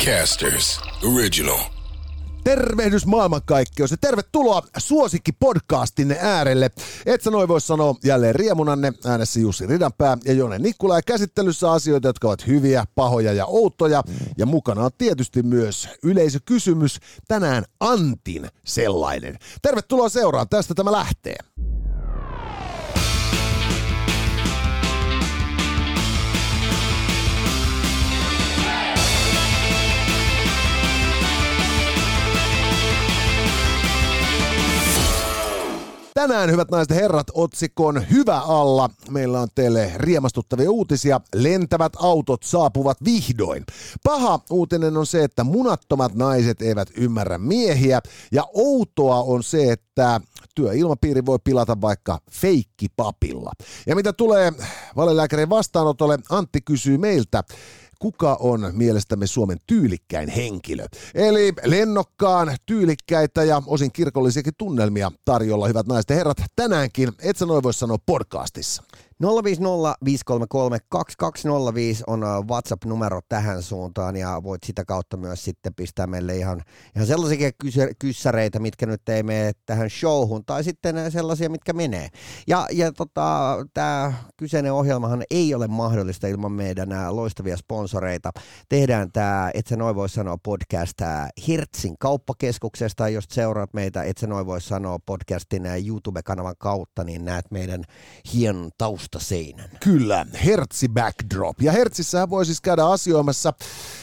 Podcasters Original. Tervehdys maailmankaikkeus ja tervetuloa Suosikki-podcastinne äärelle. Et sä noin voi sanoa jälleen riemunanne, äänessä Jussi Ridanpää ja Jone Nikkula, ja käsittelyssä asioita, jotka ovat hyviä, pahoja ja outoja. Ja mukana on tietysti myös yleisökysymys, tänään Antin sellainen. Tervetuloa seuraan, tästä tämä lähtee. Tänään, hyvät naiset ja herrat, otsikon Hyvä alla. Meillä on teille riemastuttavia uutisia. Lentävät autot saapuvat vihdoin. Paha uutinen on se, että munattomat naiset eivät ymmärrä miehiä. Ja outoa on se, että työilmapiiri voi pilata vaikka feikkipapilla. Ja mitä tulee valelääkärin vastaanotolle, Antti kysyy meiltä, kuka on mielestämme Suomen tyylikkäin henkilö? Eli lennokkaan, tyylikkäitä ja osin kirkollisiakin tunnelmia tarjolla, hyvät naiset ja herrat, tänäänkin, et sä noin voi sanoa podcastissa. 050 533 2205 on WhatsApp-numero tähän suuntaan, ja voit sitä kautta myös sitten pistää meille ihan sellaisia kyssäreitä, mitkä nyt ei mene tähän showhun, tai sitten sellaisia, mitkä menee. Ja tämä kyseinen ohjelmahan ei ole mahdollista ilman meidän loistavia sponsoreita. Tehdään tämä Et sä noin voi sanoa podcast Hertzin kauppakeskuksesta. Jos seuraat meitä Et sä noin voi sanoa podcastin YouTube-kanavan kautta, niin näet meidän hienon taustaseinän. Kyllä, Hertzi Backdrop. Ja Hertzissähän voi siis käydä asioimassa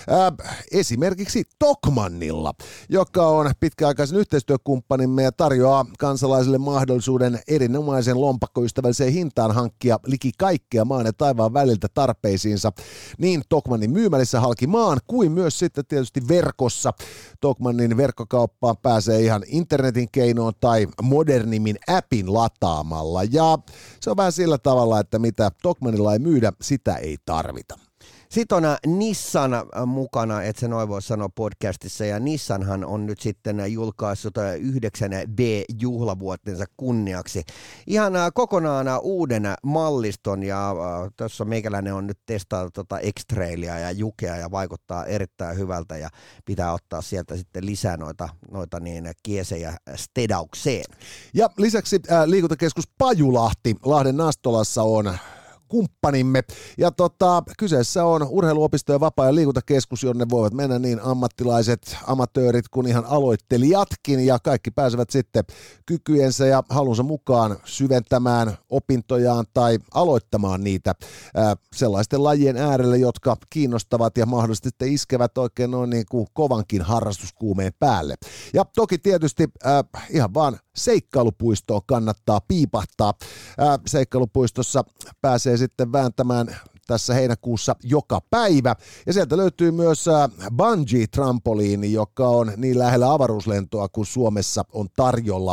esimerkiksi Tokmannilla, joka on pitkäaikaisen yhteistyökumppanimme ja tarjoaa kansalaisille mahdollisuuden erinomaisen lompakkoystävälliseen hintaan hankkia liki kaikkea maan ja taivaan väliltä tarpeisiinsa niin Tokmannin myymälissä halki maan kuin myös sitten tietysti verkossa. Tokmannin verkkokauppaan pääsee ihan internetin keinoin tai modernimmin appin lataamalla, ja se on vähän sillä tavalla, että mitä Tokmannilla ei myydä, sitä ei tarvita. Sitten on Nissan mukana, et sä noin voi sanoa podcastissa, ja Nissanhan on nyt sitten julkaissut 9B-juhlavuotensa kunniaksi ihan kokonaan uuden malliston, ja tuossa meikäläinen on nyt testannut X-Trailia ja Jukea ja vaikuttaa erittäin hyvältä, ja pitää ottaa sieltä sitten lisää noita niin kiesejä stedaukseen. Ja lisäksi liikuntakeskus Pajulahti Lahden Nastolassa on kumppanimme, ja kyseessä on urheiluopisto ja vapaa- ja liikuntakeskus, jonne voivat mennä niin ammattilaiset, amatöörit kuin ihan aloittelijatkin, ja kaikki pääsevät sitten kykyjensä ja halunsa mukaan syventämään opintojaan tai aloittamaan niitä sellaisten lajien äärelle, jotka kiinnostavat ja mahdollisesti sitten iskevät oikein noin niin kuin kovankin harrastuskuumeen päälle. Ja toki tietysti ihan vaan seikkailupuistoon kannattaa piipahtaa. Seikkailupuistossa pääsee sitten vääntämään tässä heinäkuussa joka päivä. Ja sieltä löytyy myös bungee-trampoliini, joka on niin lähellä avaruuslentoa kuin Suomessa on tarjolla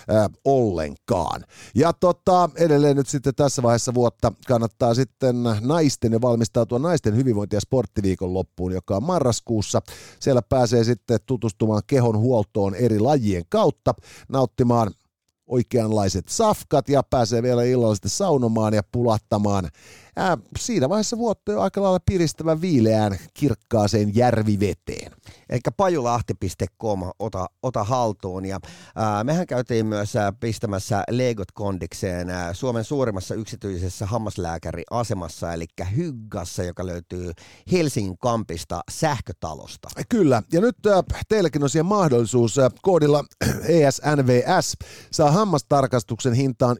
ollenkaan. Ja edelleen nyt sitten tässä vaiheessa vuotta kannattaa sitten naisten ja valmistautua naisten hyvinvointi- ja sporttiviikon loppuun, joka on marraskuussa. Siellä pääsee sitten tutustumaan kehon huoltoon eri lajien kautta, nauttimaan oikeanlaiset safkat ja pääsee vielä illalla sitten saunomaan ja pulahtamaan siinä vaiheessa vuotta jo aika lailla piristävän viileään kirkkaaseen järviveteen. Eli pajulahti.com, ota haltuun. Ja mehän käytiin myös pistämässä legot kondikseen Suomen suurimmassa yksityisessä hammaslääkäriasemassa, eli Hyggassa, joka löytyy Helsingin kampista Sähkötalosta. Kyllä, ja nyt teilläkin on siihen mahdollisuus. Koodilla ESNVS saa hammastarkastuksen hintaan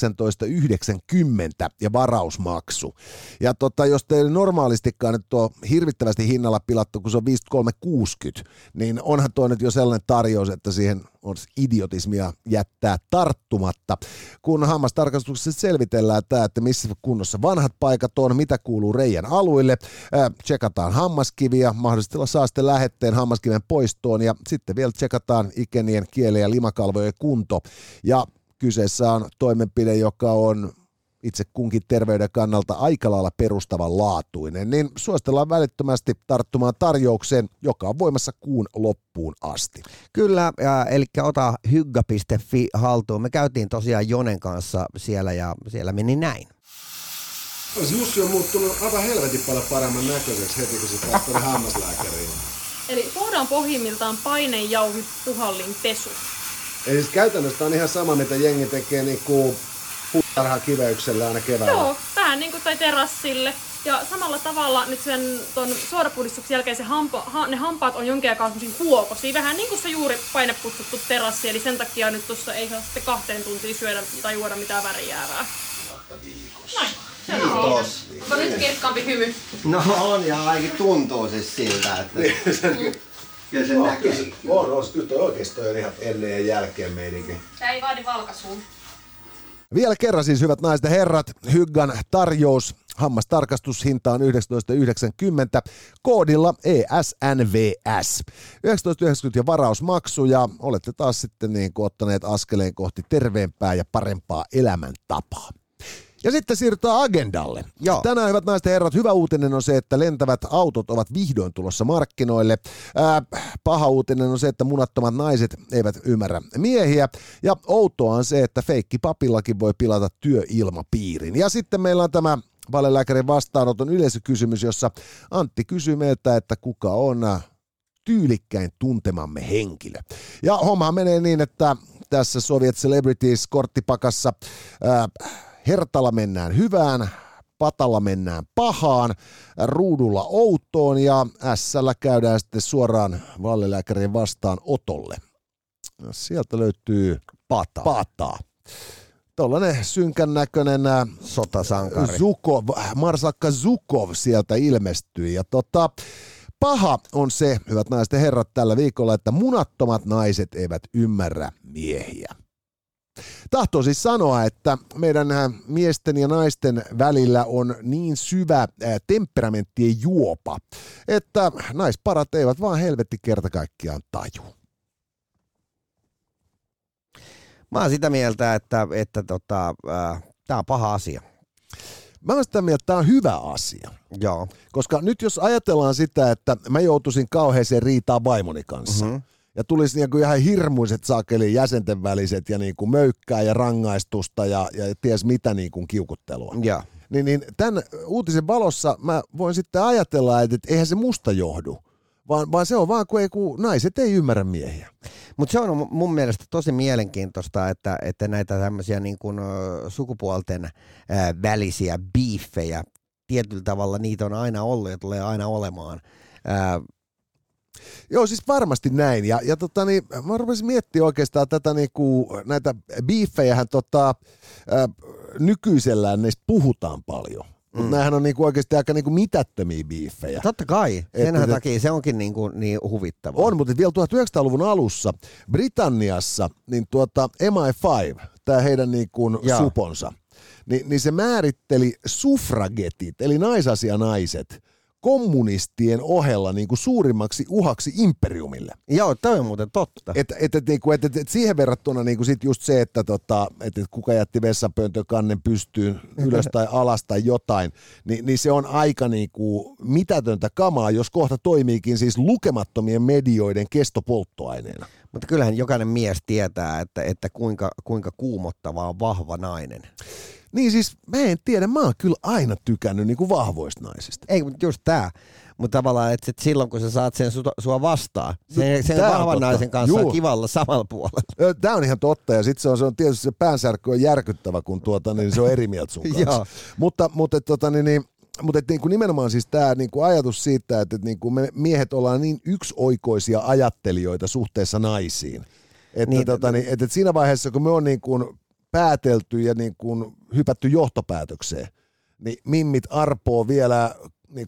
19,90 ja varausmaksu. Ja jos teille normaalistikaan nyt on hirvittävästi hinnalla pilattu, kun se on 53,60, niin onhan toi nyt jo sellainen tarjous, että siihen on idiotismia jättää tarttumatta. Kun hammastarkastuksessa selvitellään että missä kunnossa vanhat paikat on, mitä kuuluu reijän aluille, tsekataan hammaskiviä, mahdollisesti saa sitten lähetteen hammaskiven poistoon, ja sitten vielä tsekataan ikenien, kielen ja limakalvojen kunto. Ja kyseessä on toimenpide, joka on itse kunkin terveyden kannalta aika lailla perustavanlaatuinen, niin suositellaan välittömästi tarttumaan tarjoukseen, joka on voimassa kuun loppuun asti. Kyllä, eli ota hygga.fi haltuun. Me käytiin tosiaan Jonen kanssa siellä ja siellä meni näin. Jussi on muuttunut aivan helvetin paljon paremman näköiseksi heti, kun se päästään hammaslääkäriin. Eli soda on pohjimmiltaan painejauhipuhallinpesu. Eli siis käytännössä on ihan sama, mitä jengi tekee niinku puutarhakiveyksellä aina keväällä. Joo, vähän niin kuin tai terassille. Ja samalla tavalla nyt sen ton suodapuhdistuksen jälkeen ne hampaat on jonkin aikaa semmosia huokosia. Vähän niin kuin se juuri paineputsattu terassi. Eli sen takia nyt tuossa ei saa sitten 2 tuntia syödä tai juoda mitään värijäävää. Noin. Kiitos. Onko nyt kirkkaampi hymy? No on ja ainakin tuntuu siis siltä, että kyllä se näkee. On, kyllä toi oikeesti toi on ihan ennen ja jälkeen meininkin. Tää ei vaadi valkaisuun. Vielä kerran siis, hyvät naiset ja herrat, Hyggan tarjous. Hammastarkastushinta on 19,90 koodilla ESNVS. 19,90 ja varausmaksu ja olette taas sitten niin kuin ottaneet askeleen kohti terveempää ja parempaa elämäntapaa. Ja sitten siirrytään agendalle. Joo. Tänään, hyvät naiset ja herrat, hyvä uutinen on se, että lentävät autot ovat vihdoin tulossa markkinoille. Paha uutinen on se, että munattomat naiset eivät ymmärrä miehiä. Ja outoa on se, että feikkipapillakin voi pilata työilmapiirin. Ja sitten meillä on tämä valelääkärin vastaanoton yleisökysymys, jossa Antti kysyy meiltä, että kuka on tyylikkäin tuntemamme henkilö. Ja homma menee niin, että tässä Soviet Celebrities-korttipakassa hertalla mennään hyvään, patalla mennään pahaan, ruudulla outoon ja ässällä käydään sitten suoraan valelääkärin vastaanotolle. Sieltä löytyy pataa. Tuollainen synkän näköinen sotasankari. Marsakka Zhukov sieltä ilmestyi. Ja paha on se, hyvät naiset ja herrat, tällä viikolla, että munattomat naiset eivät ymmärrä miehiä. Tahtoo siis sanoa, että meidän miesten ja naisten välillä on niin syvä temperamenttien juopa, että naisparat eivät vaan helvetti kerta kaikkiaan taju. Mä oon sitä mieltä, että tää on paha asia. Mä oon sitä mieltä, että tää on hyvä asia. Joo. Koska nyt jos ajatellaan sitä, että mä joutuisin kauheeseen riitaan vaimoni kanssa, ja tulisi niinku ihan hirmuiset sakelin jäsenten väliset ja niinku möykkää ja rangaistusta ja ties mitä niinku kiukuttelua. Ja. Niin tämän uutisen valossa mä voin sitten ajatella, että eihän se musta johdu, vaan se on vaan, kun naiset ei ymmärrä miehiä. Mutta se on mun mielestä tosi mielenkiintoista, että näitä tämmöisiä niin kuin sukupuolten välisiä biiffejä, tietyllä tavalla niitä on aina ollut ja tulee aina olemaan. Joo, siis varmasti näin. Ja mä rupesin miettimään oikeastaan tätä näitä biiffejähän nykyisellään niistä puhutaan paljon. Mutta näähän on oikeasti aika mitättömiä biiffejä. Totta kai, senhän takia se onkin niin huvittavaa. On, mutta vielä 1900-luvun alussa Britanniassa niin MI5, tämä heidän suponsa, niin se määritteli suffragetit, eli naisasianaiset, kommunistien ohella suurimmaksi uhaksi imperiumille. Joo, toi on muuten totta. Et siihen verrattuna sit just se, että kuka jätti vessanpöntön kannen pystyyn ylös tai alas tai jotain, niin se on aika mitätöntä kamaa, jos kohta toimiikin siis lukemattomien medioiden kestopolttoaineena. Mutta kyllähän jokainen mies tietää, että kuinka kuumottava on vahva nainen. Niin siis mä en tiedä, mä oon kyllä aina tykännyt vahvoista naisista. Ei, mutta just tää. Mutta tavallaan, että silloin kun sä saat sen sua vastaan, sen vahvan naisen kanssa on kivalla samalla puolella. Tää on ihan totta ja sitten se on tietysti se päänsärky on järkyttävä, kun niin se on eri mieltä sun kanssa. Mutta nimenomaan siis tämä ajatus siitä, että me miehet ollaan niin yksioikoisia ajattelijoita suhteessa naisiin. Että siinä vaiheessa, kun me on päätelty ja hypätty johtopäätökseen, niin mimmit arpoo vielä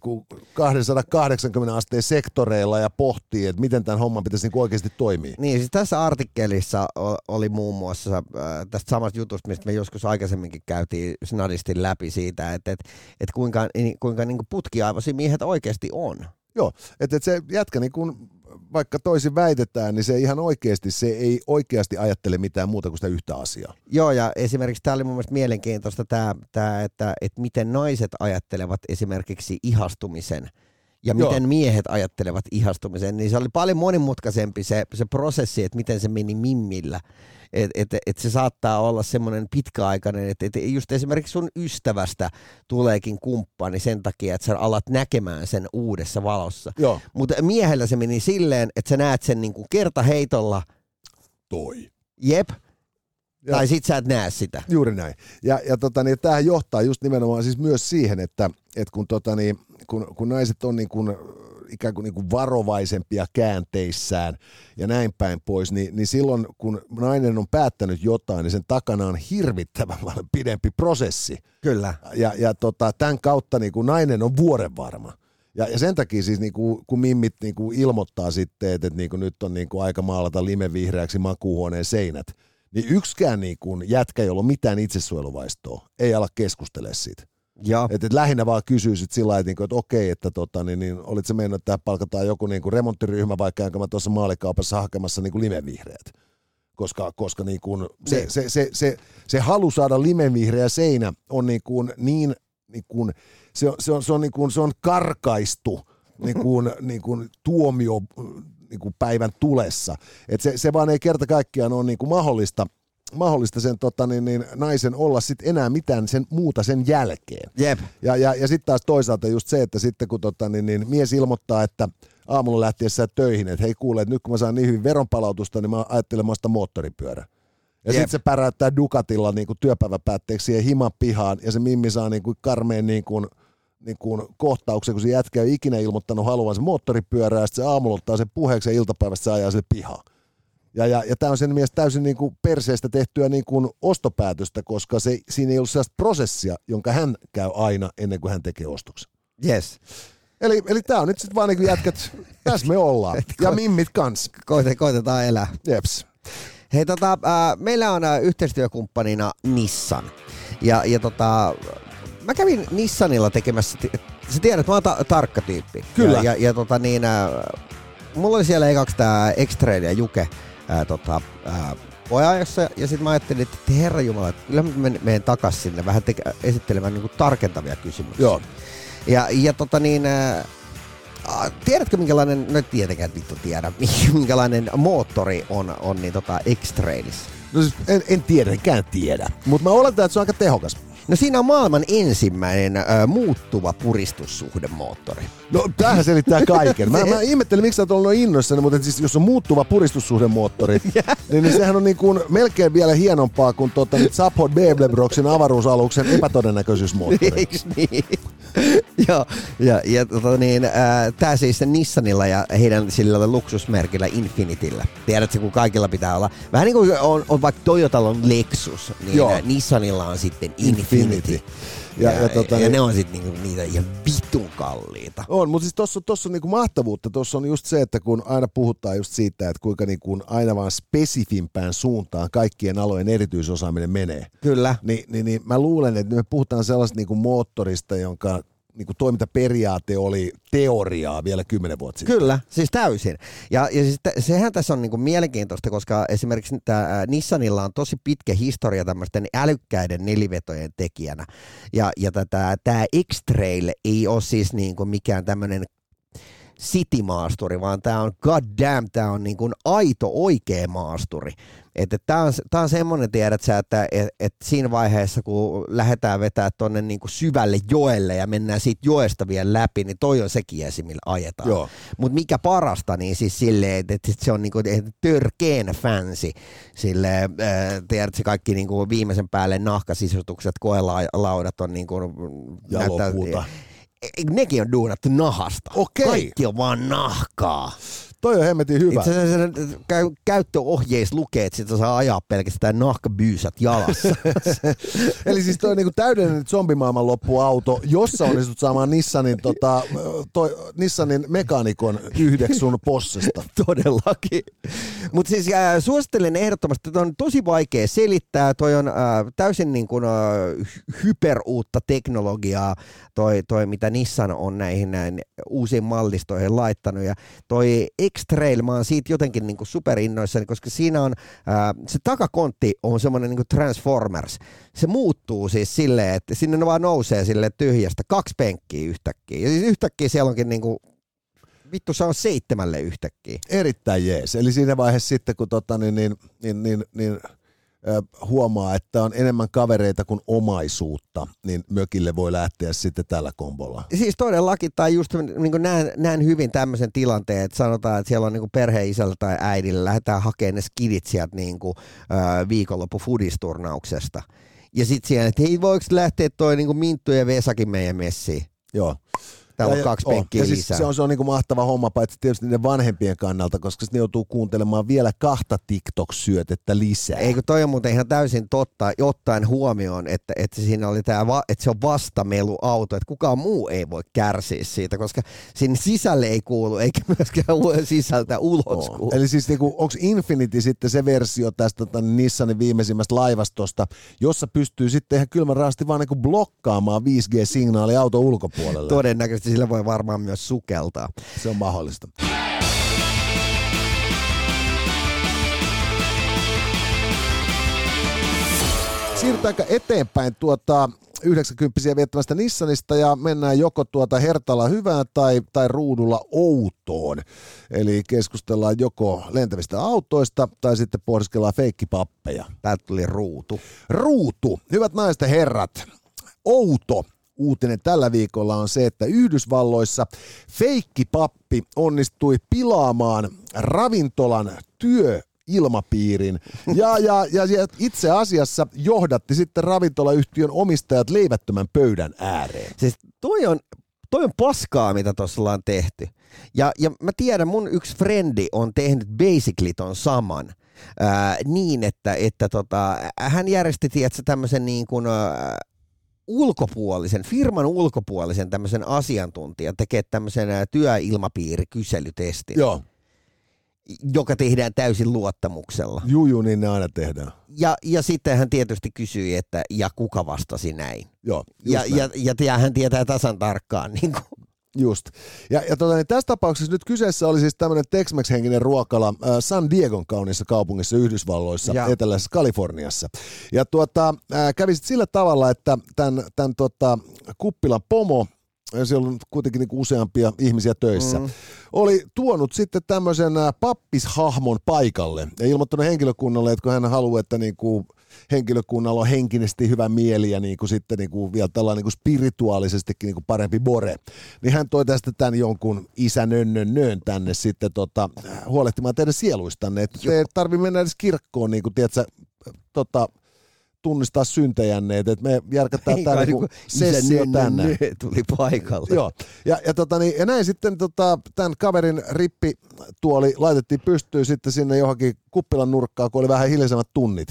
280 asteen sektoreilla ja pohtii, että miten tämän homman pitäisi oikeasti toimia. Niin, siis tässä artikkelissa oli muun muassa tästä samasta jutusta, mistä me joskus aikaisemminkin käytiin snadisti läpi siitä, että kuinka putkiaivoisia miehet oikeasti on. Joo, että se jätkä vaikka toisin väitetään, niin se ihan oikeasti, se ei oikeasti ajattele mitään muuta kuin sitä yhtä asiaa. Joo, ja esimerkiksi tämä oli mun mielestä mielenkiintoista, että miten naiset ajattelevat esimerkiksi ihastumisen ja miten miehet ajattelevat ihastumisen, niin se oli paljon monimutkaisempi se prosessi, että miten se meni mimmillä. Et se saattaa olla semmoinen pitkäaikainen, että just esimerkiksi sun ystävästä tuleekin kumppani sen takia, että sä alat näkemään sen uudessa valossa. Mutta miehellä se meni silleen, että sä näet sen niinku kertaheitolla. Jep. Tai sit sä et näe sitä. Juuri näin. Ja tämähän johtaa just nimenomaan siis myös siihen, että kun naiset on niin kuin ikään kuin, varovaisempia käänteissään ja näin päin pois, niin silloin kun nainen on päättänyt jotain, niin sen takana on hirvittävän pidempi prosessi. Kyllä. Ja tämän kautta niin kuin nainen on vuorenvarma. Ja sen takia siis kun mimmit ilmoittaa sitten, että nyt on nyt aika maalata limevihreäksi makuuhuoneen seinät, niin yksikään jätkä, jolla on mitään itsesuojeluvaistoa, ei ala keskustelemaan siitä. Et lähinnä vaan kysyy sit sillä lailla, että okei, että olit sä mennyt, että palkataan joku remonttiryhmä, vaikka enkä mä tuossa maalikaupassa hakemassa limevihreät. Koska se halu saada limevihreä seinä on se on karkaistu tuomio päivän tulessa. Et se vaan ei kerta kaikkiaan ole mahdollista sen naisen olla sit enää mitään sen muuta sen jälkeen. Jep. Ja sitten taas toisaalta just se, että sitten kun mies ilmoittaa, että aamulla lähtiessä töihin, että hei kuule, että nyt kun mä saan niin hyvin veronpalautusta, niin mä ajattelen vasta moottoripyörä. Ja sitten se päräyttää Ducatilla työpäiväpäätteeksi siihen himan pihaan, ja se mimmi saa karmeen kohtauksen, kun se jätkä ei ikinä ilmoittanut haluansa moottoripyörää, ja sitten se aamulla ottaa sen puheeksi ja iltapäivästä se ajaa sille pihaan. Ja tämä on sen mielestä täysin perseestä tehtyä ostopäätöstä, koska siinä ei ollut sellaista prosessia, jonka hän käy aina ennen kuin hän tekee ostoksen. Yes. Eli tämä on nyt sitten vaan jätkät, tässä me ollaan. Ja mimmit kans. Koitetaan elää. Jeps. Hei meillä on yhteistyökumppanina Nissan. Ja mä kävin Nissanilla tekemässä, sä tiedät, että mä oon tarkka tyyppi. Kyllä. Ja mulla oli siellä ekaksi tää X-Trail ja Juke pojaajassa, ja sitten mä ajattelin, että herranjumala, että kyllä mä menen takas sinne vähän esittelemään tarkentavia kysymyksiä. Joo. Ja tiedätkö minkälainen, no tietenkään vittu tiedä, minkälainen moottori on X-Trailissa? No siis en tiedä, mutta mä oletan, että se on aika tehokas. No siinä on maailman ensimmäinen muuttuva puristussuhdemoottori. No tämähän selittää kaiken. Mä ihmettelin, miksi sä oot ollut noin innoissani, mutta siis, jos on muuttuva puristussuhdemoottori, niin sehän on melkein vielä hienompaa kuin Zaphod Beblebroxin avaruusaluksen epätodennäköisyysmoottori. Eiks niin? Joo, tää siis Nissanilla ja heidän sillä luksusmerkillä Infinityllä. Tiedätkö, kun kaikilla pitää olla. Vähän niin kuin on vaikka Toyotalla on Lexus, niin Nissanilla on sitten Infinity. Ja ne on sitten niitä ihan vitun kalliita. On, mutta siis tossa on mahtavuutta. Tossa on just se, että kun aina puhutaan just siitä, että kuinka aina vaan spesifimpään suuntaan kaikkien alojen erityisosaaminen menee. Kyllä. Niin mä luulen, että me puhutaan sellaista moottorista, jonka toimintaperiaate oli teoriaa vielä 10 vuotta sitten. Kyllä, siis täysin. Ja siis sehän tässä on mielenkiintoista, koska esimerkiksi Nissanilla on tosi pitkä historia tämmöisten älykkäiden nelivetojen tekijänä. Ja tämä X-Trail ei ole siis mikään tämmöinen city-maasturi, vaan tämä on goddamn, tämä on aito oikea maasturi. Että tämä on semmoinen, tiedät sä, että siinä vaiheessa, kun lähdetään vetää tonne syvälle joelle ja mennään siitä joesta vielä läpi, niin toi on se kiesi, millä ajetaan. Mutta mikä parasta, niin siis silleen, että se on törkeen fancy. Silleen, tiedätkö, kaikki viimeisen päälle nahkasisustukset, koelaudat on ja lopulta. Nekin on duunattu nahasta. Okei. Kaikki on vaan nahkaa. Toi on hemmetin hyvä. Itse asiassa käyttöohjeissa lukee, että sitä saa ajaa pelkästään nahkabyysät jalassa. Eli siis toi on täydellinen zombimaailman loppuauto, jossa onnistut saamaan Nissanin mekaanikon yhdeksi sun possesta. Todellakin. Mutta siis suosittelen ehdottomasti, että on tosi vaikea selittää, toi on täysin niin kuin, hyperuutta teknologiaa, toi mitä Nissan on näihin uusiin mallistoihin laittanut, ja toi X-Trail, mä oon siitä jotenkin niin kuin superinnoissani, koska siinä on, se takakontti on semmoinen niin kuin Transformers, se muuttuu siis silleen, että sinne vaan nousee silleen tyhjästä 2 penkkiä yhtäkkiä, ja siis yhtäkkiä siellä onkin niin kuin vittu, se on 7 yhtäkkiä. Erittäin jees. Eli siinä vaiheessa sitten, kun huomaa, että on enemmän kavereita kuin omaisuutta, niin mökille voi lähteä sitten tällä kombolla. Siis todellakin, tai just niin näen hyvin tämmöisen tilanteen, että sanotaan, että siellä on niin perheisällä tai äidillä, lähdetään hakemaan ne skidit sieltä niin viikonloppu foodisturnauksesta. Ja sitten siellä, että hei, voiko lähteä toi niin Minttu ja Vesakin meidän messiin? Joo. Täällä on 2 penkkiä siis lisää. se on niin kuin mahtava homma, paitsi tietysti niiden vanhempien kannalta, koska ne joutuu kuuntelemaan vielä 2 TikTok-syötettä lisää. Eikö toi on muuten ihan täysin totta, ottaen huomioon, että siinä oli että se on vastameluauto, että kukaan muu ei voi kärsiä siitä, koska sinne sisälle ei kuulu, eikä myöskään sisältä ulos kuulu. Eli siis niin onko Infinity sitten se versio tästä Nissanin viimeisimmästä laivastosta, jossa pystyy sitten ihan kylmän raasti vaan niin blokkaamaan 5G-signaali auton ulkopuolelle? Todennäköisesti sillä voi varmaan myös sukeltaa. Se on mahdollista. Siirrytäänkö eteenpäin 90-vuotiaita viettämästä Nissanista ja mennään joko hertalla hyvään tai ruudulla outoon. Eli keskustellaan joko lentävistä autoista tai sitten pohdiskellaan feikkipappeja. Täältä tuli ruutu. Ruutu. Hyvät naiset ja herrat. Outo uutinen tällä viikolla on se, että Yhdysvalloissa feikkipappi onnistui pilaamaan ravintolan työilmapiirin ja itse asiassa johdatti sitten ravintolayhtiön omistajat leivättömän pöydän ääreen. Siis toi on paskaa, mitä tuossa ollaan tehty. Ja mä tiedän, mun yksi frendi on tehnyt basically ton saman. Niin, että hän järjesti tämmöisen niin kuin firman ulkopuolisen tämmöisen asiantuntijan tekee tämmöisen työilmapiirikyselytestin. Joo. Joka tehdään täysin luottamuksella. Juu, niin ne aina tehdään. Ja sitten hän tietysti kysyi, että ja kuka vastasi näin. Joo, ja hän tietää tasan tarkkaan. Niin kuin. Just. Ja niin tässä tapauksessa nyt kyseessä oli siis tämmöinen Tex-Mex-henkinen ruokala San Diegon kauniissa kaupungissa Yhdysvalloissa, eteläisessä Kaliforniassa. Ja kävi sitten sillä tavalla, että tämän kuppilan pomo, siellä on kuitenkin niin useampia ihmisiä töissä, oli tuonut sitten tämmöisen pappishahmon paikalle ja ilmoittanut henkilökunnalle, että kun hän haluaa, että niin kuin henkilökunnalla on henkisesti hyvä mieli ja niin kuin sitten niin kuin vielä tällainen niin kuin spirituaalisestikin niin kuin parempi bore, niin hän toi tästä tämän jonkun isänönnön tänne sitten huolehtimaan teidän sieluistanne, että te ei tarvitse mennä edes kirkkoon, niin kuin tiedätkö, tunnistaa syntejänne, että me järkätään tämä niinku sessio tänne. Tuli paikalle. Joo. Ja näin sitten tämän kaverin rippituoli laitettiin pystyyn sitten sinne johonkin kuppilan nurkkaan, kun oli vähän hiljaisemmat tunnit.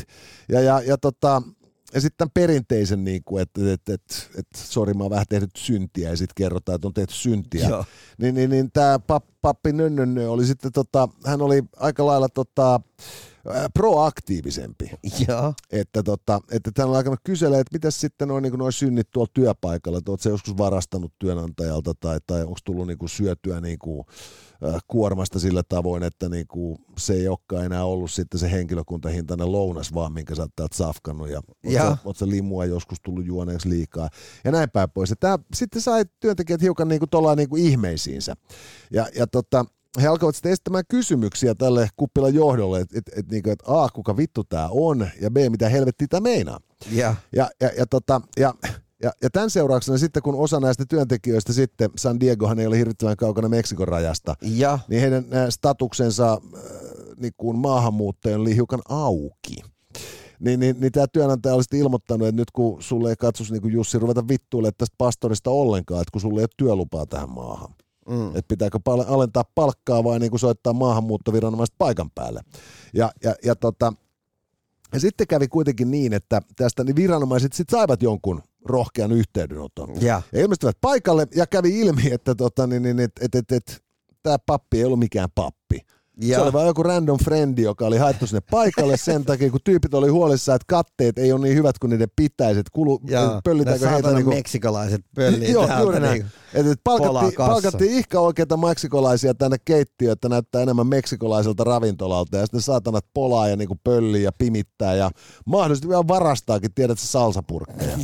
Ja sitten tämän perinteisen, niin kuin, että sori, mä oon vähän tehnyt syntiä, ja sitten kerrotaan, että on tehty syntiä. Niin tämä pappi Nönnönnö oli sitten, hän oli aika lailla proaktiivisempi. Joo. Että hän on alkanut kyselemään, että mitäs sitten on niin synnit tuolla työpaikalla, että ootko sä joskus varastanut työnantajalta tai onko tullut niin kuin syötyä niin kuin kuormasta sillä tavoin, että niin kuin se ei olekaan enää ollut sitten se henkilökuntahintainen lounas vaan, minkä sä oot täältä safkannut ja oot sä limua joskus tullut juoneeksi liikaa ja näin päin pois. Ja tää sitten sai työntekijät hiukan niin kuin niin kuin ihmeisiinsä. Ja he alkoivat sitten esittämään kysymyksiä tälle kuppilan johdolle, että A, kuka vittu tää on, ja B, mitä helvettiä tää meinaa. Ja tämän seurauksena sitten, kun osa näistä työntekijöistä sitten, San Diegohan ei ole hirvittävän kaukana Meksikon rajasta, niin heidän statuksensa niin kuin maahanmuuttajan oli hiukan auki. Niin tämä työnantaja oli sitten ilmoittanut, että nyt kun sulle ei katsoisi niin kuin Jussi ruveta vittuille tästä pastorista ollenkaan, että kun sulle ei ole työlupaa tähän maahan. Että pitääkö alentaa palkkaa vai niin kuin soittaa maahanmuuttoviranomaiset paikan päälle. Ja sitten kävi kuitenkin niin, että tästä niin viranomaiset sitten saivat jonkun rohkean yhteydenoton. Ja ilmestyivät paikalle ja kävi ilmi, että tämä pappi ei ollut mikään pappi, Se oli vaan joku random friendi, joka oli haettu sinne paikalle sen takia, kun tyypit oli huolissaan, että katteet ei ole niin hyvät kuin niiden pitäisi. Pöllitäänkö heitä niinku... meksikolaiset pöllii täältä niinku palkattiin ihka oikeita meksikolaisia tänne keittiöön, että näyttää enemmän meksikolaiselta ravintolalta. Ja sitten saatanat polaa ja niinku pöllii ja pimittää ja mahdollisesti vielä varastaakin, tiedät sä, salsapurkkeja.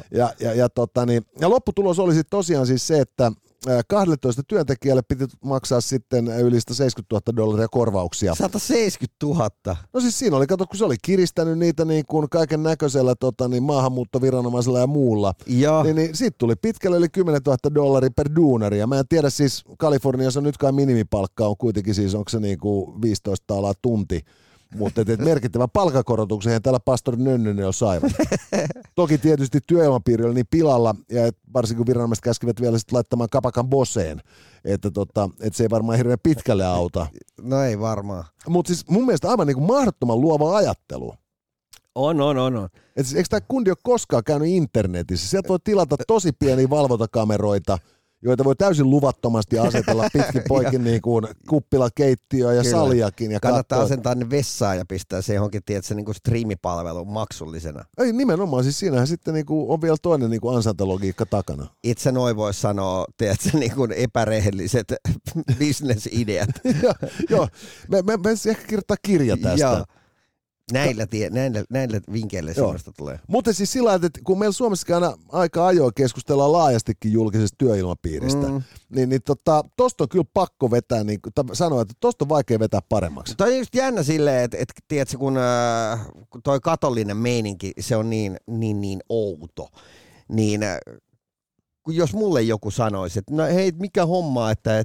Ja lopputulos oli sitten tosiaan siis se, että 12 työntekijälle piti maksaa sitten yli $170,000 korvauksia. 170,000? No siis siinä oli, kato, kun se oli kiristänyt niitä niin kuin kaiken näköisellä maahanmuuttoviranomaisella ja muulla. Niin siitä tuli pitkälle yli $10,000 per duunari. Ja mä en tiedä siis, Kaliforniassa nyt kai minimipalkka on kuitenkin siis, onko se niin kuin 15 $ tunti. Mutta merkittävä palkankorotuksen eihän täällä pastori Nönnynen ole saivat. Toki tietysti työilmapiiri oli niin pilalla, ja varsinkin kun viranomaiset käskivät vielä sit laittamaan kapakan bosseen, että se ei varmaan hirveän pitkälle auta. No ei varmaan. Mutta siis mun mielestä aivan niinku mahdottoman luova ajattelu. On. Siis, eikö tämä kundi ole koskaan käynyt internetissä? Sieltä voi tilata tosi pieniä valvontakameroita, joita voi täysin luvattomasti asetella pitkin poikin niin kuin kuppilakeittiöä ja saljakin. Ja kannattaa asentaa ne vessaan ja pistää se johonkin, tiedätkö, niin kuin striimipalveluun maksullisena. Ei nimenomaan, siis siinähän sitten niin kuin on vielä toinen niin kuin ansaintalogiikka takana. Itse noin voisi sanoa, tiedätkö, niin kuin epärehelliset bisnesideat. Joo, me ehkä kirjoittaa kirja tästä. Joo. Näillä vinkeillä sinusta tulee. Mutta siis sillä tavalla, että kun meillä Suomessa aina aika ajoin keskustellaan laajastikin julkisesta työilmapiiristä, niin tosta on kyllä pakko vetää, niin sanoa, että tosta on vaikea vetää paremmaksi. Toi on just jännä silleen, että tiedätkö, kun toi katolinen meininki, se on niin outo, niin kun jos mulle joku sanoisi, että no hei, mikä homma, että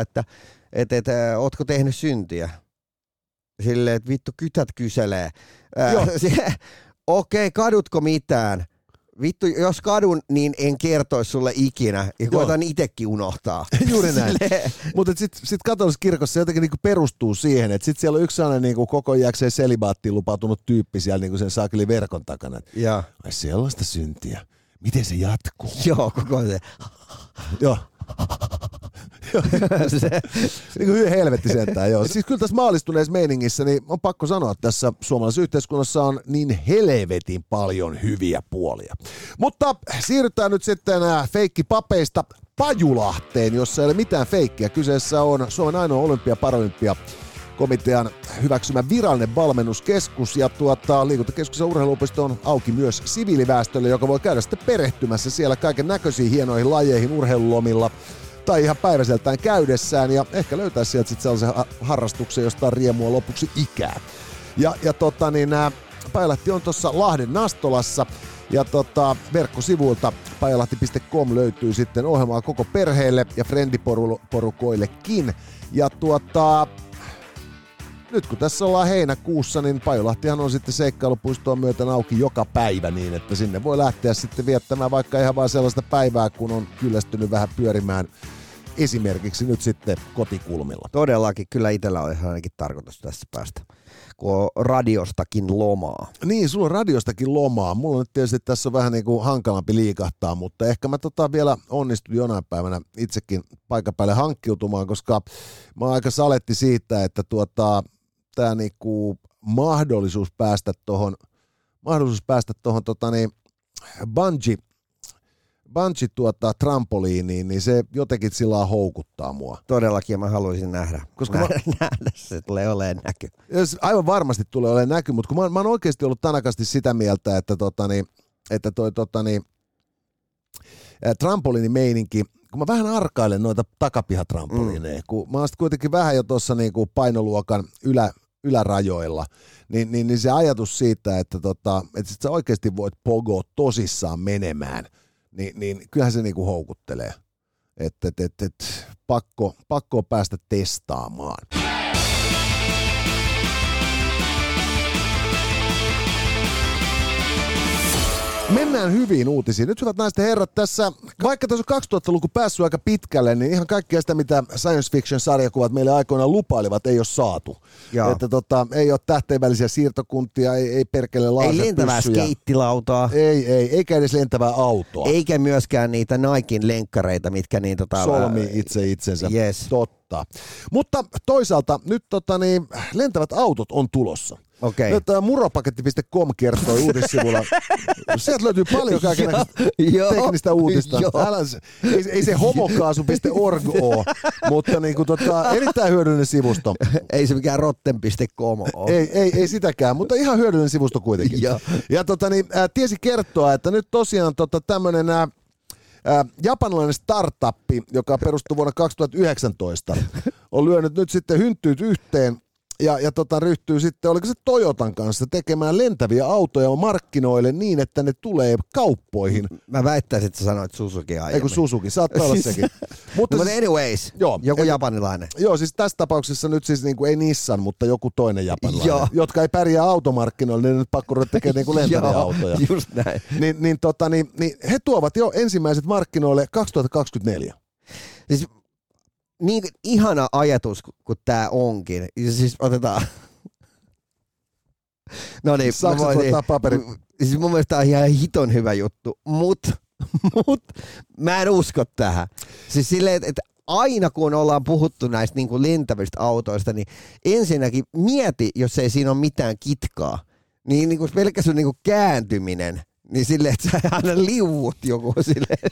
ootko tehnyt syntiä? Silleen, että vittu kytät kyselee. Okei, kadutko mitään? Vittu, jos kadun, niin en kertoisi sulle ikinä. Ja koitan itsekin unohtaa. Juuri näin. Mutta sitten katolisessa kirkossa se jotenkin niinku perustuu siihen, että sitten siellä on yksi sellainen niinku koko iäkseen selibaattiin lupautunut tyyppi siellä niinku sen saakeli verkon takana. Ai sellaista syntiä. Miten se jatkuu? Joo, koko se. Joo. Niin kuin helvetti sentään, joo. Siis kyllä tässä maalistuneessa meiningissä niin on pakko sanoa, että tässä suomalaisessa yhteiskunnassa on niin helvetin paljon hyviä puolia. Mutta siirrytään nyt sitten feikkipapeista Pajulahteen, jossa ei ole mitään feikkiä. Kyseessä on Suomen ainoa Olympia-Paralympia-komitean hyväksymä virallinen valmennuskeskus, ja liikuntakeskus ja urheiluopisto on auki myös siviiliväestölle, joka voi käydä sitten perehtymässä siellä kaiken näköisiin hienoihin lajeihin urheilulomilla tai ihan päiväseltään käydessään, ja ehkä löytää sieltä sitten sellaisen harrastuksen, josta on riemua lopuksi ikää. Pajalahti on tuossa Lahden Nastolassa, ja verkkosivuilta pajalahti.com löytyy sitten ohjelmaa koko perheelle ja friendiporukoillekin. Ja nyt kun tässä ollaan heinäkuussa, niin Pajulahtihan on sitten seikkailupuistoon myöten auki joka päivä niin, että sinne voi lähteä sitten viettämään vaikka ihan vaan sellaista päivää, kun on kyllästynyt vähän pyörimään esimerkiksi nyt sitten kotikulmilla. Todellakin, kyllä itsellä on ihan ainakin tarkoitus tässä päästä, kun on radiostakin lomaa. Niin, sulla on radiostakin lomaa. Mulla on nyt tietysti tässä on vähän niin kuin hankalampi liikahtaa, mutta ehkä mä vielä onnistun jonain päivänä itsekin paikan päälle hankkiutumaan, koska mä oon aika saletti siitä, että tämä niinku mahdollisuus päästä tuohon bungee trampoliiniin, niin se jotenkin sillä houkuttaa mua. Todellakin, mä haluaisin nähdä. Koska nähdä se tulee olemaan näky. Aivan varmasti tulee olemaan näky, mutta kun mä oon oikeasti ollut tanakasti sitä mieltä, että trampoliinimeininki, kun mä vähän arkailen noita takapihatrampoliineja, kun mä oon kuitenkin vähän jo tuossa niinku painoluokan ylärajoilla, niin se ajatus siitä, että sit sä oikeasti voit pogoa tosissaan menemään, niin kyllähän se niinku houkuttelee. Pakko päästä testaamaan. Mennään hyviin uutisiin. Nyt hyvät naiset ja herrat, tässä, vaikka tässä on 2000-luku päässyt aika pitkälle, niin ihan kaikkea sitä, mitä science fiction-sarjakuvat meille aikoinaan lupailivat, ei ole saatu. Että ei ole tähteen välisiä siirtokuntia, ei perkele laserpyssyjä. Ei lentävää skeittilautaa. Eikä edes lentävää autoa. Eikä myöskään niitä Naikin lenkkareita, mitkä niin solmii itse itsensä. Yes. Totta. Mutta toisaalta nyt lentävät autot on tulossa. Okay. Nyt muropaketti.com kertoo uutissivulla. Sieltä löytyy paljon kaikenlaista teknistä uutista. Ei se homokaasu.org ole, mutta niinku erittäin hyödyllinen sivusto. Ei se mikään rotten.com ole. Ei sitäkään, mutta ihan hyödyllinen sivusto kuitenkin. Ja tiesi kertoa, että nyt tosiaan tämmöinen japanilainen startuppi, joka perustui vuonna 2019, on lyönyt nyt sitten hynttyyt yhteen ja ryhtyy sitten, oliko se Toyotan kanssa, tekemään lentäviä autoja markkinoille niin, että ne tulee kauppoihin. Mä väittäisin, että sä sanoit Suzuki aiemmin. Eikö Suzuki, saattaa olla sekin. Mutta anyways, joku japanilainen. Joo, siis tässä tapauksessa nyt siis niinku, ei Nissan, mutta joku toinen japanilainen, jotka ei pärjää automarkkinoille, niin nyt pakko tekee niinku lentäviä autoja. Just näin. Niin he tuovat jo ensimmäiset markkinoille 2024. Siis niin ihana ajatus kuin tää onkin. Siis otetaan. No niin, siis mun mielestä tää on ihan hiton hyvä juttu, mut mä en usko tähän. Siis silleen, että aina kun ollaan puhuttu näistä niin kuin lentävistä autoista, niin ensinnäkin mieti, jos ei siinä ole mitään kitkaa. Niin kuin pelkkä sun niin kuin kääntyminen. Niin silleen, että sä aina liuut joku silleen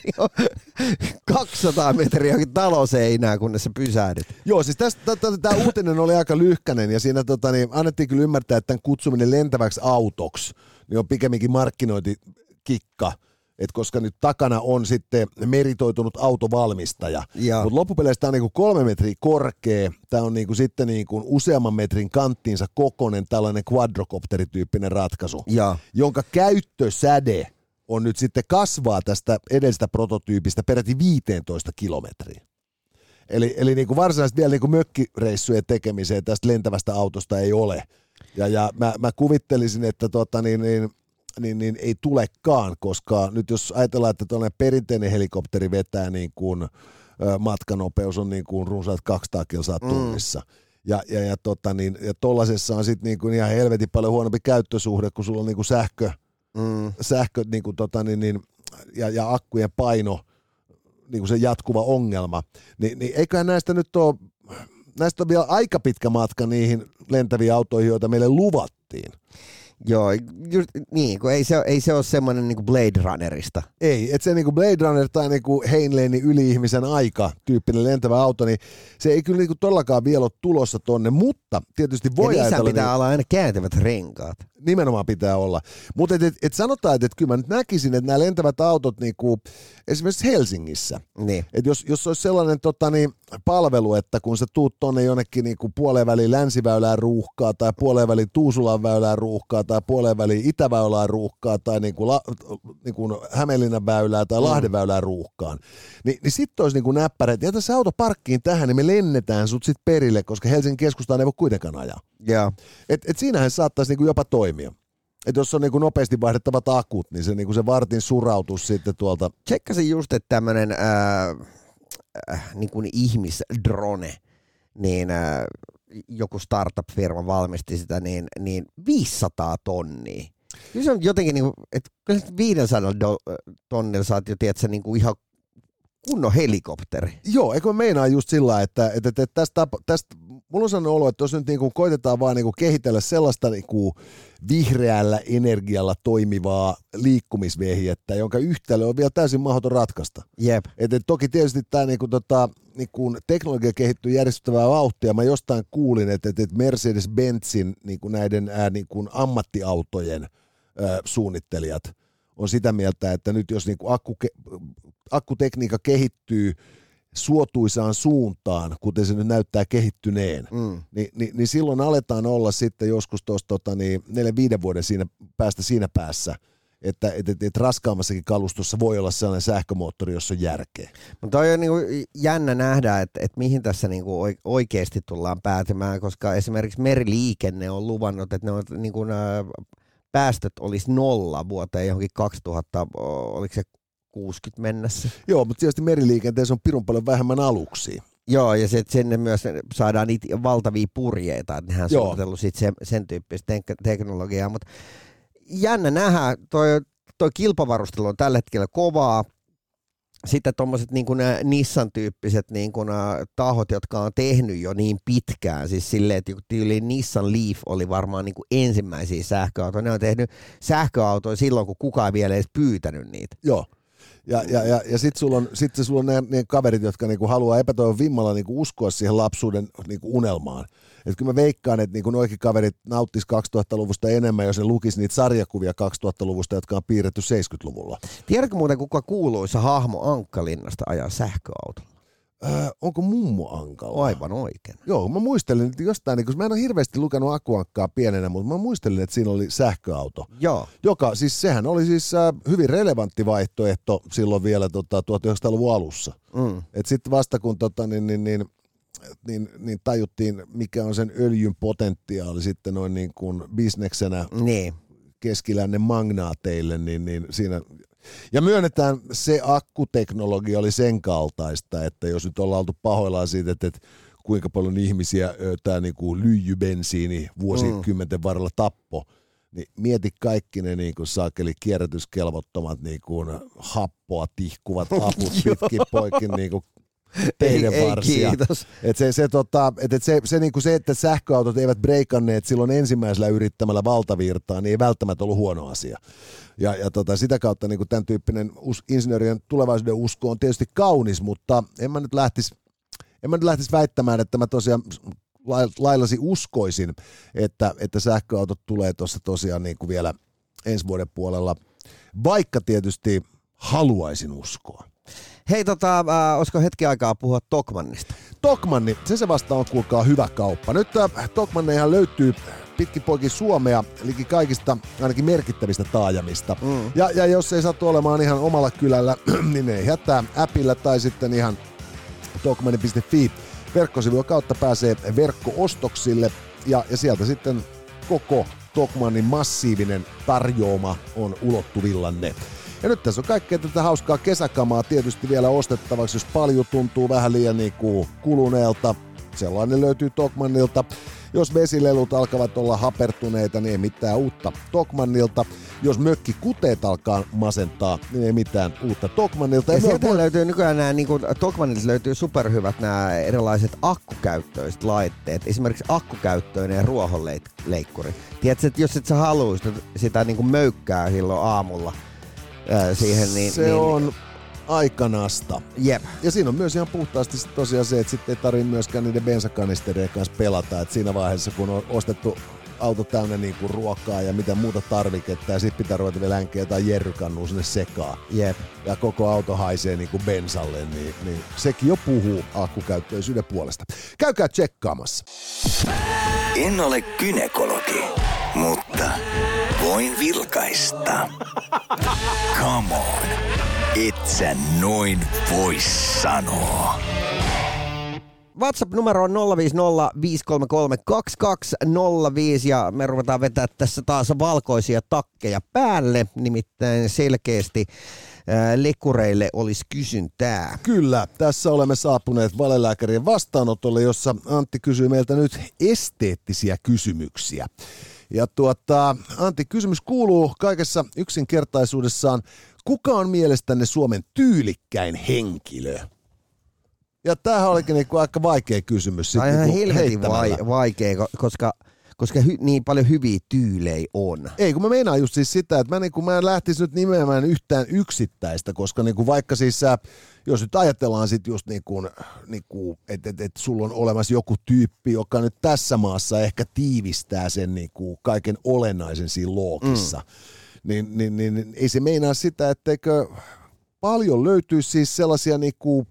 200 metriä johonkin taloseinään, kunnes sä pysähdyt. Joo, siis tämä uutinen oli aika lyhkäinen ja siinä annettiin kyllä ymmärtää, että tämän kutsuminen lentäväksi autoksi niin on pikemminkin markkinointikikka. Et koska nyt takana on sitten meritoitunut autovalmistaja. Mutta loppupeleissä tämä on niinku 3 metriä korkea, tämä on niinku sitten niinku useamman metrin kanttiinsa kokoinen tällainen quadrocopterityyppinen ratkaisu, jonka käyttösäde on nyt sitten kasvaa tästä edellisestä prototyypistä peräti 15 kilometriä. Eli niinku varsinaisesti vielä niinku mökkireissujen tekemiseen tästä lentävästä autosta ei ole. Ja mä kuvittelisin, että niin ei tulekaan, koska nyt jos ajatellaan, että tuollainen perinteinen helikopteri vetää niin kuin matkanopeus on niin kuin runsaat 200 kilsaa tunnissa. Ja tollasessa on sitten niin kuin ihan helvetin paljon huonompi käyttösuhde, kun sulla on niin kuin sähkö niin kuin ja akkujen paino, niin kuin se jatkuva ongelma. Niin eiköhän näistä nyt ole, näistä on vielä aika pitkä matka niihin lentäviin autoihin, joita meille luvattiin. Joo, just, niin, kun ei se ole semmoinen niin kuin Blade Runnerista. Ei, että se niin kuin Blade Runner tai niin kuin Heinleinin yli-ihmisen aika tyyppinen lentävä auto, niin se ei kyllä niin kuin todellakaan vielä ole tulossa tonne, mutta tietysti voi ja ajatella. pitää olla aina kääntävät renkaat. Nimenomaan pitää olla. Mutta et sanotaan, että kyllä mä nyt näkisin, että nämä lentävät autot niinku, esimerkiksi Helsingissä, niin. Että jos olisi sellainen palvelu, että kun sä tuut tonne jonnekin niinku puoleen väliin Länsiväylään ruuhkaa tai puoleen väliin Tuusulan väylään ruuhkaa tai puoleen väliin Itäväylään ruuhkaa tai niinku Hämeenlinnan väylään tai Lahden väylään ruuhkaan, niin sitten olisi niinku näppärä, että jätä se auto parkkiin tähän, niin me lennetään sut sit perille, koska Helsingin keskustaan ei voi kuitenkaan ajaa. Yeah. Et siinähän saattaisi niinku jopa toimia. Et jos on niinku nopeasti vaihdettavat akut, niin se, niinku se vartin surautus sitten tuolta. Tsekkasin just, että tämmöinen niinku ihmisdrone, niin joku startup-firma valmisti sitä, niin 500 tonnia. Kyllä se on jotenkin, niinku, että 500 tonnilla saat jo, tiedätkö, niinku ihan kunnon helikopteri. Joo, eikö mä meinaa just sillä, että tästä mulla on sellainen olo, että jos nyt niinku koitetaan vaan niinku kehitellä sellaista niinku vihreällä energialla toimivaa liikkumisvehjettä, jonka yhtälö on vielä täysin mahdoton ratkaista. Jep. Et toki tietysti tämä niinku teknologia kehittyy järjestettävää vauhtia. Mä jostain kuulin, että Mercedes-Benzin niinku näiden niinku ammattiautojen suunnittelijat on sitä mieltä, että nyt jos niinku akkutekniikka kehittyy suotuisaan suuntaan, kuten se nyt näyttää kehittyneen, niin silloin aletaan olla sitten joskus tuosta 4-5 vuoden päästä siinä päässä, että raskaammassakin kalustossa voi olla sellainen sähkömoottori, jossa on järkeä. Mutta toi on niinku jännä nähdä, että mihin tässä niinku oikeasti tullaan päätymään, koska esimerkiksi meriliikenne on luvannut, että ne on niinku päästöt olisi 0 vuoteen johonkin 2000, oliko se 60 mennessä? Joo, mutta tietysti meriliikenteessä on pirun paljon vähemmän aluksia. Joo, ja sinne myös saadaan niitä valtavia purjeita, että nehän on suunnitellut sen tyyppistä teknologiaa, mutta jännä nähdä, toi kilpavarustelu on tällä hetkellä kovaa. Sitten tuommoiset niin Nissan-tyyppiset niin tahot, jotka on tehnyt jo niin pitkään, siis silleen, että tyyli Nissan Leaf oli varmaan niin ensimmäisiä sähköautoja. Ne on tehnyt sähköautoja silloin, kun kukaan ei vielä edes pyytänyt niitä. Joo. Ja sitten sulla on ne kaverit, jotka niinku haluaa epätoivon vimmalla niinku uskoa siihen lapsuuden niinku unelmaan. Et kyllä mä veikkaan, että niinku noikin kaverit nauttis 2000-luvusta enemmän, jos ne lukisi niitä sarjakuvia 2000-luvusta, jotka on piirretty 70-luvulla. Tiedätkö muuten, kuka kuuluisa hahmo Ankkalinnasta ajaa sähköautolla? Onko mummo Ankalla? Aivan oikein. Joo, mä muistelin, että jostain, niin mä en ole hirveästi lukenut Aku Ankkaa pienenä, mutta mä muistelin, että siinä oli sähköauto. Joo. Joka, siis sehän oli siis hyvin relevantti vaihtoehto silloin vielä 1900-luvun alussa. Et sitten vasta kun niin tajuttiin, mikä on sen öljyn potentiaali sitten noin niin kuin bisneksenä keskilännen magnaateille, niin siinä. Ja myönnetään, se akkuteknologia oli sen kaltaista, että jos nyt ollaan oltu pahoillaan siitä, että kuinka paljon ihmisiä tämä niinku lyijybensiini vuosikymmenten varrella tappo, niin mieti kaikki ne niinku saakeli kierrätyskelvottomat niinku happoa tihkuvat aput pitkin poikin niinku teidän varsia. Kiitos. Se, että sähköautot eivät breikanneet silloin ensimmäisellä yrittämällä valtavirtaa, niin ei välttämättä ollut huono asia. Ja sitä kautta niin tämän tyyppinen insinöörien tulevaisuuden usko on tietysti kaunis, mutta en mä nyt lähtisi väittämään, että mä tosiaan laillasi uskoisin, että sähköautot tulee tuossa tosiaan niin kuin vielä ensi vuoden puolella, vaikka tietysti haluaisin uskoa. Hei, olisiko hetki aikaa puhua Tokmannista? Tokmanni, se vasta on kuulkaa hyvä kauppa. Nyt Tokmannehan löytyy pitkin poikin Suomea, eli kaikista ainakin merkittävistä taajamista. Ja jos ei satu olemaan ihan omalla kylällä, niin ei hätää appilla tai sitten ihan tokmanni.fi verkkosivujen kautta pääsee verkko-ostoksille ja sieltä sitten koko Tokmannin massiivinen tarjoama on ulottuvillanne. Ja nyt tässä on kaikkea tätä hauskaa kesäkamaa tietysti vielä ostettavaksi, jos paljon tuntuu vähän liian niinku kuluneelta. Sellainen löytyy Tokmannilta. Jos vesilelut alkavat olla hapertuneita, niin ei mitään uutta Tokmannilta. Jos mökkikuteet alkaa masentaa, niin ei mitään uutta Tokmannilta. Ja sieltä löytyy nykyään Tokmannilta löytyy superhyvät nämä erilaiset akkukäyttöiset laitteet. Esimerkiksi akkukäyttöinen ruohonleikkuri. Tiedätkö, että jos et sä halua sitä niin kuin möykkää silloin aamulla siihen, niin se on aikanasta. Jep. Ja siinä on myös ihan puhtaasti tosiaan se, että sitten ei tarvitse myöskään niiden bensakanisterien kanssa pelata. Että siinä vaiheessa, kun on ostettu auto täynnä niin kuin ruokaa ja mitä muuta tarviketta, ja sitten pitää ruveta vielä hänkeä jotain jerrykannua sinne sekaan. Jep. Ja koko auto haisee niin kuin bensalle, niin sekin jo puhuu akkukäyttöisyyden puolesta. Käykää tsekkaamassa. En ole gynekologi, mutta voin vilkaista. Come on, et sä noin voi sanoa. WhatsApp-numero on 050533205 ja me ruvetaan vetää tässä taas valkoisia takkeja päälle, nimittäin selkeästi lekureille olisi kysyntää. Kyllä, tässä olemme saapuneet valelääkärien vastaanotolle, jossa Antti kysyy meiltä nyt esteettisiä kysymyksiä. Ja Antti, kysymys kuuluu kaikessa yksinkertaisuudessaan, kuka on mielestänne Suomen tyylikkäin henkilö? Ja tämähän olikin niinku aika vaikea kysymys. Tämä on ihan helvetin vaikea, koska niin paljon hyviä tyylejä on. Ei, kun mä meinaan just siis sitä, että mä en lähtisi nyt nimeämään yhtään yksittäistä, koska niinku vaikka siis jos nyt ajatellaan sit just että sulla on olemassa joku tyyppi, joka nyt tässä maassa ehkä tiivistää sen niinku kaiken olennaisen siinä loogissa, niin ei se meinaa sitä, etteikö paljon löytyy siis sellaisia niinku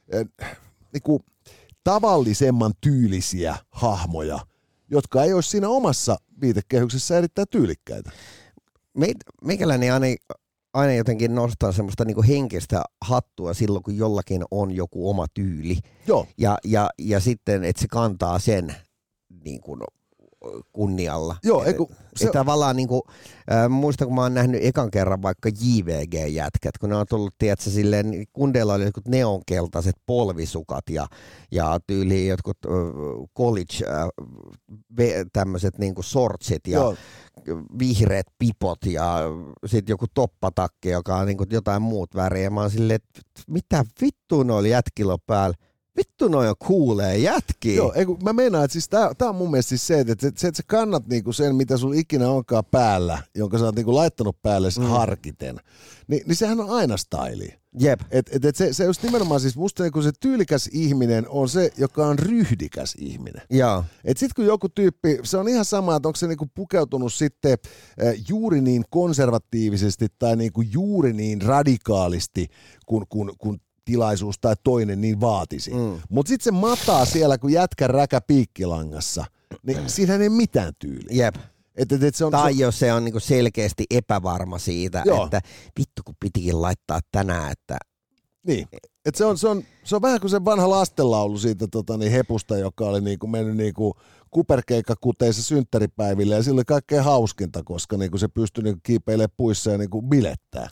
tavallisemman tyylisiä hahmoja, jotka ei ole siinä omassa viitekehyksessä erittäin tyylikkäitä. Meikäläinen aina jotenkin nostaa semmoista niinku henkistä hattua silloin, kun jollakin on joku oma tyyli. Joo. Ja sitten, että se kantaa sen niin kuin kunnialla. Joo, Tavallaan niinku, muistan, kun mä oon nähnyt ekan kerran vaikka JVG-jätkät, kun ne on tullut, tiedätkö, silleen, kundeilla oli jotkut neonkeltaiset polvisukat ja tyyliin jotkut college tämmöiset niinku sortsit ja vihreät pipot ja sitten joku toppatakki, joka on niinku jotain muut väriä. Mä oon silleen, että mitä vittua noilla jätkillä päällä? Vittu noi on kuulee jätkiä. Joo, mä meinaan, että siis tää on mun mielestä siis se, että sä kannat niinku sen, mitä sulla ikinä onkaan päällä, jonka sä oot niinku laittanut päälle harkiten, niin sehän on aina styli. Jep. Se just nimenomaan siis musta niinku se tyylikäs ihminen on se, joka on ryhdikäs ihminen. Joo. Et sit kun joku tyyppi, se on ihan sama, että onko se niinku pukeutunut sitten juuri niin konservatiivisesti tai niinku juuri niin radikaalisti, kun tilaisuus tai toinen niin vaatisi. Mutta sitten se mataa siellä, kun jätkä räkä piikkilangassa, niin siinähän ei mitään tyyliä. Jep. Jos se on niinku selkeästi epävarma siitä, että vittu kun pitikin laittaa tänään, että... Niin, että se on vähän kuin se vanha lastenlaulu siitä hepusta, joka oli niinku mennyt niinku kuperkeikkakuteissa synttäripäiville ja sillä oli kaikkein hauskinta, koska niinku se pystyi niinku kiipeilemään puissa ja niinku bilettää.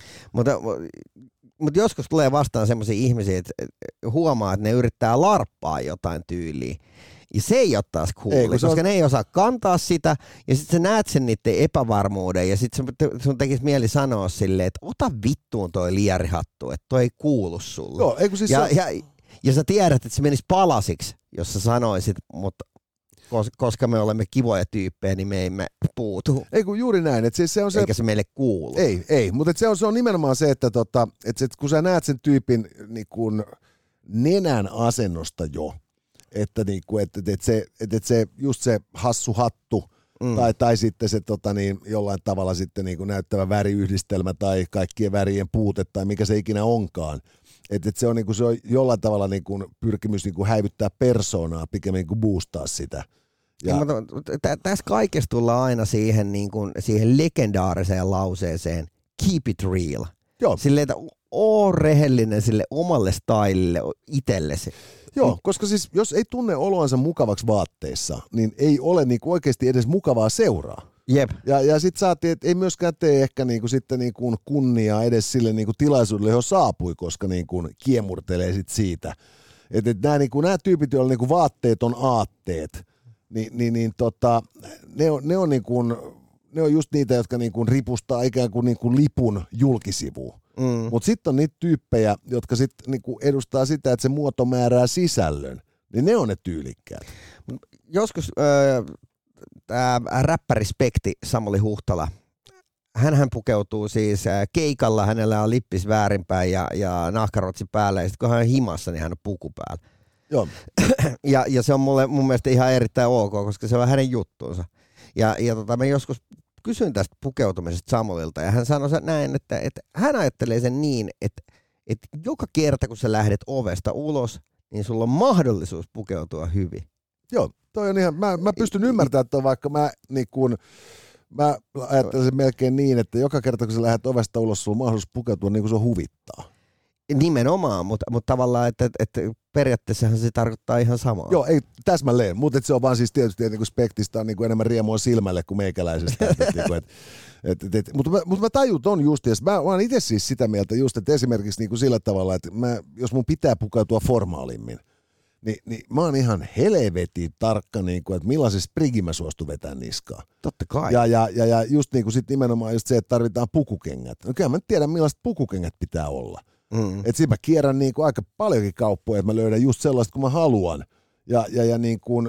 Mutta joskus tulee vastaan semmoisia ihmisiä, että huomaa, että ne yrittää larppaa jotain tyyliä. Ja se ei ole taas cool, koska ne ei osaa kantaa sitä. Ja sitten sä näet sen niiden epävarmuuden. Ja sitten sun tekisi mieli sanoa silleen, että ota vittuun toi lierihattu, että toi ei kuulu sulle. Joo, siis ja sä tiedät, että se menisi palasiksi, jos sä sanoisit, mutta koska me olemme kivoja tyyppejä, niin me emme puutu. Ei kun juuri näin. Että siis se on se, eikä se meille kuulu. Ei, mutta se on nimenomaan se, että kun sä näet sen tyypin niin kun nenän asennosta jo, että se just se hassu hattu tai sitten se jollain tavalla sitten niin kuin näyttävä väriyhdistelmä tai kaikkien värien puute tai mikä se ikinä onkaan. Että se on jollain tavalla niin kuin pyrkimys niin kuin häivyttää persoonaa pikemmin kuin boostaa sitä. Tässä kaikessa tullaan aina siihen, niin kuin, siihen legendaariseen lauseeseen keep it real. Joo. Silleen, että oo rehellinen sille omalle stylille itsellesi. Joo, koska siis jos ei tunne oloansa mukavaksi vaatteissa, niin ei ole niinku oikeasti edes mukavaa seuraa. Jep. Ja sitten saatiin, että ei myöskään tee ehkä niinku sitten niinku kunniaa edes sille niinku tilaisuudelle, johon saapui, koska niinku kiemurtelee sit siitä. Että nämä tyypit, joilla niinku vaatteet on aatteet, ne on just niitä, jotka niinku ripustaa ikään kuin niinku lipun julkisivuun. Mutta sitten on niitä tyyppejä, jotka sitten niinku edustaa sitä, että se muoto määrää sisällön, niin ne on ne tyylikkäät. Joskus tämä räppäri Spekti Samuli Huhtala, hänhän pukeutuu siis keikalla, hänellä on lippis väärinpäin ja nahkarotsi päällä, ja sitten kun hän on himassa, niin hän on puku päällä. Joo. ja se on mun mielestä ihan erittäin ok, koska se on hänen juttuunsa. Ja mä joskus kysyin tästä pukeutumisesta Samulilta, ja hän sanoi näin, että hän ajattelee sen niin, että joka kerta kun sä lähdet ovesta ulos, niin sulla on mahdollisuus pukeutua hyvin. Joo, toi on ihan, mä pystyn ymmärtämään toi, vaikka mä ajattelen sen melkein niin, että joka kerta kun sä lähdet ovesta ulos, sulla on mahdollisuus pukeutua niin kuin se huvittaa. Nimenomaan, mutta tavallaan, että periaatteessahan se tarkoittaa ihan samaa. Joo, ei täsmälleen, mutta se on vaan siis tietysti niin kuin Spektistä on niin kuin enemmän riemua silmälle kuin meikäläisestä. Mutta mä tajun ton just, ja mä oon itse siis sitä mieltä just, että esimerkiksi niin kuin sillä tavalla, että jos mun pitää pukeutua formaalimmin, niin mä oon ihan helvetin tarkka, niin kuin, että millaisen sprigin mä suostun vetämään niskaan. Totta kai. Ja just niin kuin sit nimenomaan just se, että tarvitaan pukukengät. No kyllä mä en tiedä, millaiset pukukengät pitää olla. Että siinä mä kierrän niin kuin aika paljonkin kauppoja, että mä löydän just sellaista, kun mä haluan. Ja niin kuin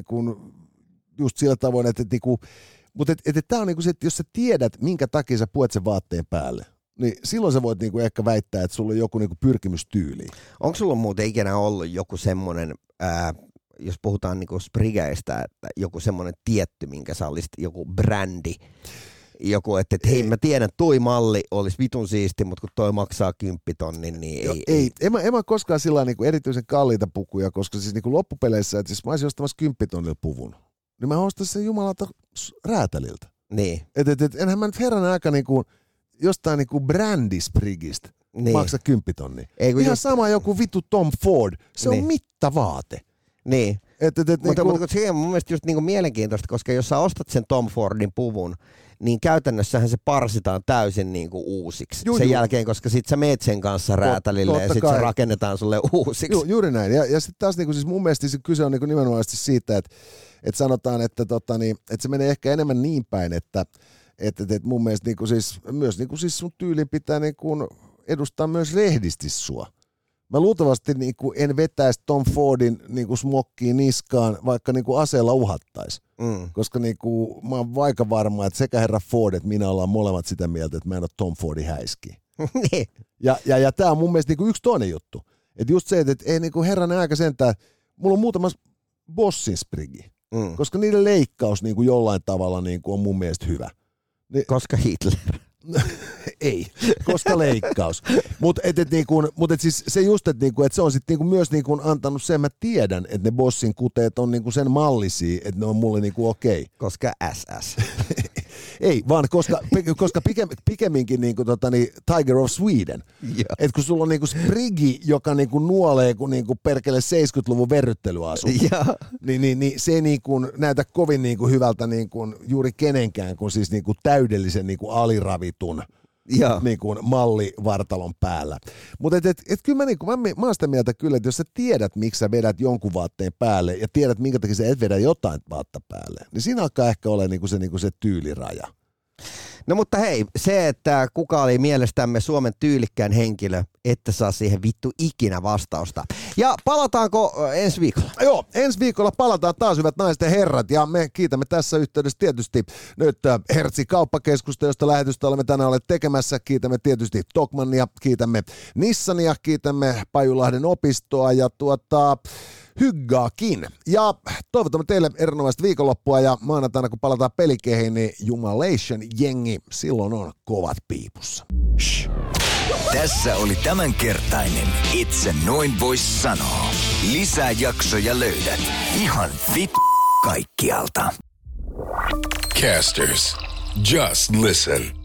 just sillä tavoin, että niinku, mutta tää on niinku se, että jos sä tiedät, minkä takia sä puet sen vaatteen päälle, niin silloin sä voit niinku ehkä väittää, että sulla on joku niinku pyrkimys tyyliin. Onko sulla muuten ikinä ollut joku semmoinen, jos puhutaan niinku sprigeistä, että joku semmoinen tietty, minkä sä olisit joku brändi, joku, että hei mä tiedän, että toi malli olisi vitun siisti, mutta kun toi maksaa 10 000, niin ei. En mä koskaan sillä niinku erityisen kalliita pukuja, koska siis niinku loppupeleissä, että siis mä olisin ostamassa 10 000 puvun, niin mä ostaisin sen jumalata räätäliltä. Niin. Enhän mä nyt herran aika niinku jostain niinku brändisprigistä maksa 10 000. Ihan sama joku vittu Tom Ford, se on mittavaate. Niin. Mutta se on mun mielestä just niinku mielenkiintoista, koska jos sä ostat sen Tom Fordin puvun, niin käytännössähän se parsitaan täysin niinku uusiksi sen jälkeen, koska sit sä meet sen kanssa räätälille ja sit se rakennetaan sulle uusiksi. Juuri näin. Ja sitten taas niinku, siis mun mielestä se kyse on niinku nimenomaan siitä, että sanotaan, että se menee ehkä enemmän niin päin, että mun mielestä niinku siis, myös niinku siis sun tyylin pitää niinku edustaa myös rehdisti sua. Mä luultavasti niinku en vetäisi Tom Fordin niinku smokkiin niskaan, vaikka niinku aseella uhattaisi. Koska niinku, mä oon aika varma, että sekä herra Ford että minä ollaan molemmat sitä mieltä, että mä en ole Tom Fordin häiski. ja tää on mun mielestä niinku yksi toinen juttu. Että just se, että ei niinku herranen aika sentään, mulla on muutama Bossin sprigi, koska niiden leikkaus niinku jollain tavalla niinku on mun mielestä hyvä. Koska Hitler. Ei, koska leikkaus. Mutta siis se just, että se on sitten niinku myös niinku antanut sen, mä tiedän, että ne Bossin kuteet on niinku sen mallisia, että ne on mulle niinku okei. Koska SS. Ei, vaan koska pikemminkin niinku Tiger of Sweden. Että kun sulla on niinku sprigi, joka niinku nuolee kuin niinku perkele 70-luvun verryttelyasu, niin se ei niinku näytä kovin niinku hyvältä niinku juuri kenenkään, kun siis niinku täydellisen niinku aliravitun niinku mallivartalon päällä. Mutta kyllä mä oon sitä mieltä kyllä, että jos sä tiedät, miksi sä vedät jonkun vaatteen päälle ja tiedät, minkä takia sä et vedä jotain vaatta päälle, niin siinä alkaa ehkä olla niinku se tyyliraja. No mutta hei, se, että kuka oli mielestämme Suomen tyylikkään henkilö, että saa siihen vittu ikinä vastausta. Ja palataanko ensi viikolla? Joo, ensi viikolla palataan taas, hyvät naiset ja herrat, ja me kiitämme tässä yhteydessä tietysti nyt Hertsin kauppakeskusta, josta lähetystä olemme tänään olleet tekemässä. Kiitämme tietysti Tokmannia, kiitämme Nissania, kiitämme Pajulahden opistoa ja Hyggaakin. Ja toivotamme teille erinomaista viikonloppua ja maanantaina kun palataan pelikeihin, niin Jumalation-jengi silloin on kovat piipussa. Shh. Tässä oli tämänkertainen Itse noin vois sanoa. Lisää jaksoja löydät ihan kaikkialta. Casters, just listen.